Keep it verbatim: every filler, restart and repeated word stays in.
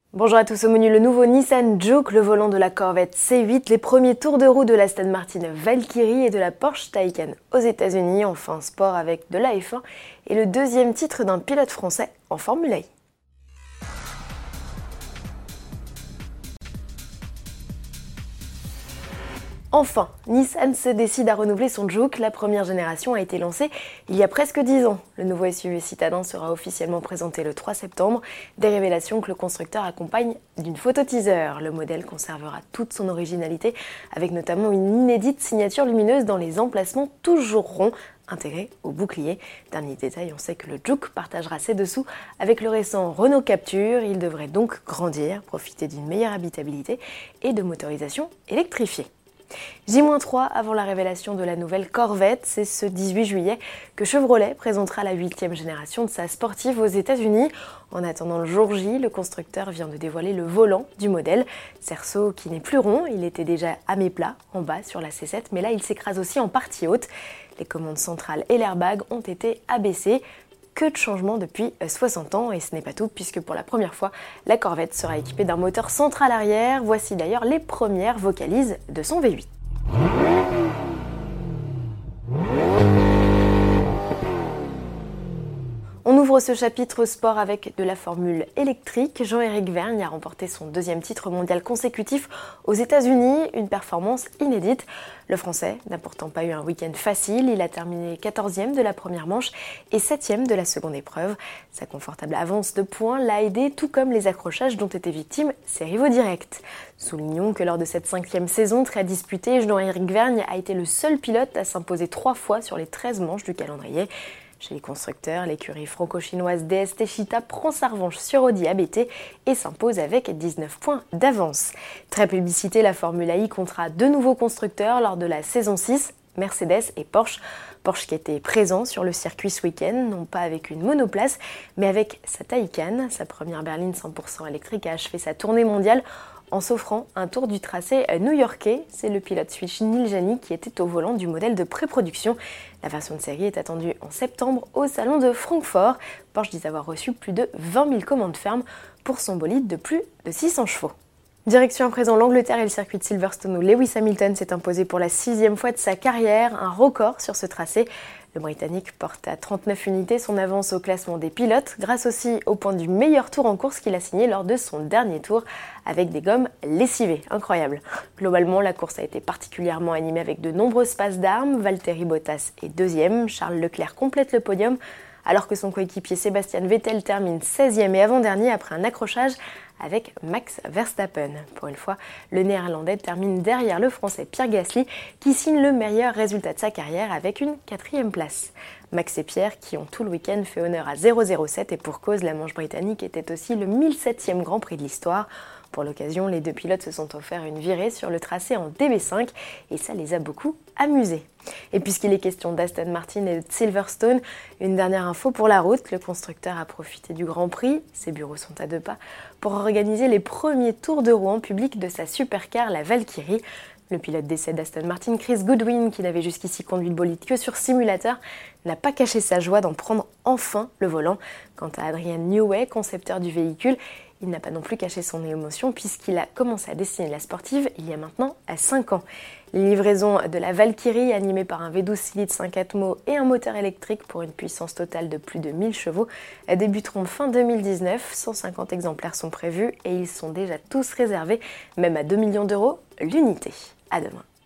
Bonjour à tous, au menu le nouveau Nissan Juke, le volant de la Corvette C huit, les premiers tours de roue de l'Aston Martin Valkyrie et de la Porsche Taycan aux États-Unis, enfin sport avec de la F un et le deuxième titre d'un pilote français en Formule I. Enfin, Nissan se décide à renouveler son Juke. La première génération a été lancée il y a presque dix ans. Le nouveau S U V citadin sera officiellement présenté le trois septembre. Des révélations que le constructeur accompagne d'une photo teaser. Le modèle conservera toute son originalité, avec notamment une inédite signature lumineuse dans les emplacements toujours ronds, intégrés au bouclier. Dernier détail, on sait que le Juke partagera ses dessous avec le récent Renault Captur. Il devrait donc grandir, profiter d'une meilleure habitabilité et de motorisation électrifiée. J trois avant la révélation de la nouvelle Corvette, c'est ce dix-huit juillet que Chevrolet présentera la huitième génération de sa sportive aux États-Unis. En attendant le jour J, le constructeur vient de dévoiler le volant du modèle. Cerceau qui n'est plus rond, il était déjà à mi-plat en bas sur la C sept, mais là il s'écrase aussi en partie haute. Les commandes centrales et l'airbag ont été abaissés. Que de changements depuis soixante ans, et ce n'est pas tout puisque pour la première fois, la Corvette sera équipée d'un moteur central arrière. Voici d'ailleurs les premières vocalises de son V huit. On ouvre ce chapitre sport avec de la formule électrique. Jean-Éric Vergne a remporté son deuxième titre mondial consécutif aux États-Unis, une performance inédite. Le Français n'a pourtant pas eu un week-end facile, il a terminé quatorzième de la première manche et septième de la seconde épreuve. Sa confortable avance de points l'a aidé, tout comme les accrochages dont étaient victimes ses rivaux directs. Soulignons que lors de cette cinquième saison très disputée, Jean-Éric Vergne a été le seul pilote à s'imposer trois fois sur les treize manches du calendrier. Chez les constructeurs, l'écurie franco-chinoise D S Techeetah prend sa revanche sur Audi A B T et s'impose avec dix-neuf points d'avance. Très publicité, la Formule I comptera deux nouveaux constructeurs lors de la saison six, Mercedes et Porsche. Porsche qui était présent sur le circuit ce week-end, non pas avec une monoplace, mais avec sa Taycan. Sa première berline cent pour cent électrique a achevé sa tournée mondiale en s'offrant un tour du tracé new-yorkais. C'est le pilote suisse Nil Jani qui était au volant du modèle de pré-production. La version de série est attendue en septembre au salon de Francfort. Porsche dit avoir reçu plus de vingt mille commandes fermes pour son bolide de plus de six cents chevaux. Direction à présent l'Angleterre et le circuit de Silverstone où Lewis Hamilton s'est imposé pour la sixième fois de sa carrière, un record sur ce tracé. Le Britannique porte à trente-neuf unités son avance au classement des pilotes, grâce aussi au point du meilleur tour en course qu'il a signé lors de son dernier tour avec des gommes lessivées. Incroyable. Globalement, la course a été particulièrement animée avec de nombreuses passes d'armes. Valtteri Bottas est deuxième, Charles Leclerc complète le podium, alors que son coéquipier Sebastian Vettel termine seizième et avant-dernier après un accrochage avec Max Verstappen. Pour une fois, le Néerlandais termine derrière le Français Pierre Gasly qui signe le meilleur résultat de sa carrière avec une quatrième place. Max et Pierre qui ont tout le week-end fait honneur à zéro zéro sept et pour cause, la Manche britannique était aussi le mille septième Grand Prix de l'histoire. Pour l'occasion, les deux pilotes se sont offerts une virée sur le tracé en D B cinq et ça les a beaucoup amusés. Et puisqu'il est question d'Aston Martin et de Silverstone, une dernière info pour la route, le constructeur a profité du Grand Prix, ses bureaux sont à deux pas, pour organiser les premiers tours de roue en public de sa supercar, la Valkyrie. Le pilote d'essai d'Aston Martin, Chris Goodwin, qui n'avait jusqu'ici conduit le bolide que sur simulateur, n'a pas caché sa joie d'en prendre enfin le volant. Quant à Adrian Newey, concepteur du véhicule, il n'a pas non plus caché son émotion puisqu'il a commencé à dessiner la sportive il y a maintenant cinq ans. Les livraisons de la Valkyrie, animée par un V douze litres cinq atmos et un moteur électrique pour une puissance totale de plus de mille chevaux, débuteront fin deux mille dix-neuf. cent cinquante exemplaires sont prévus et ils sont déjà tous réservés, même à deux millions d'euros l'unité. À demain.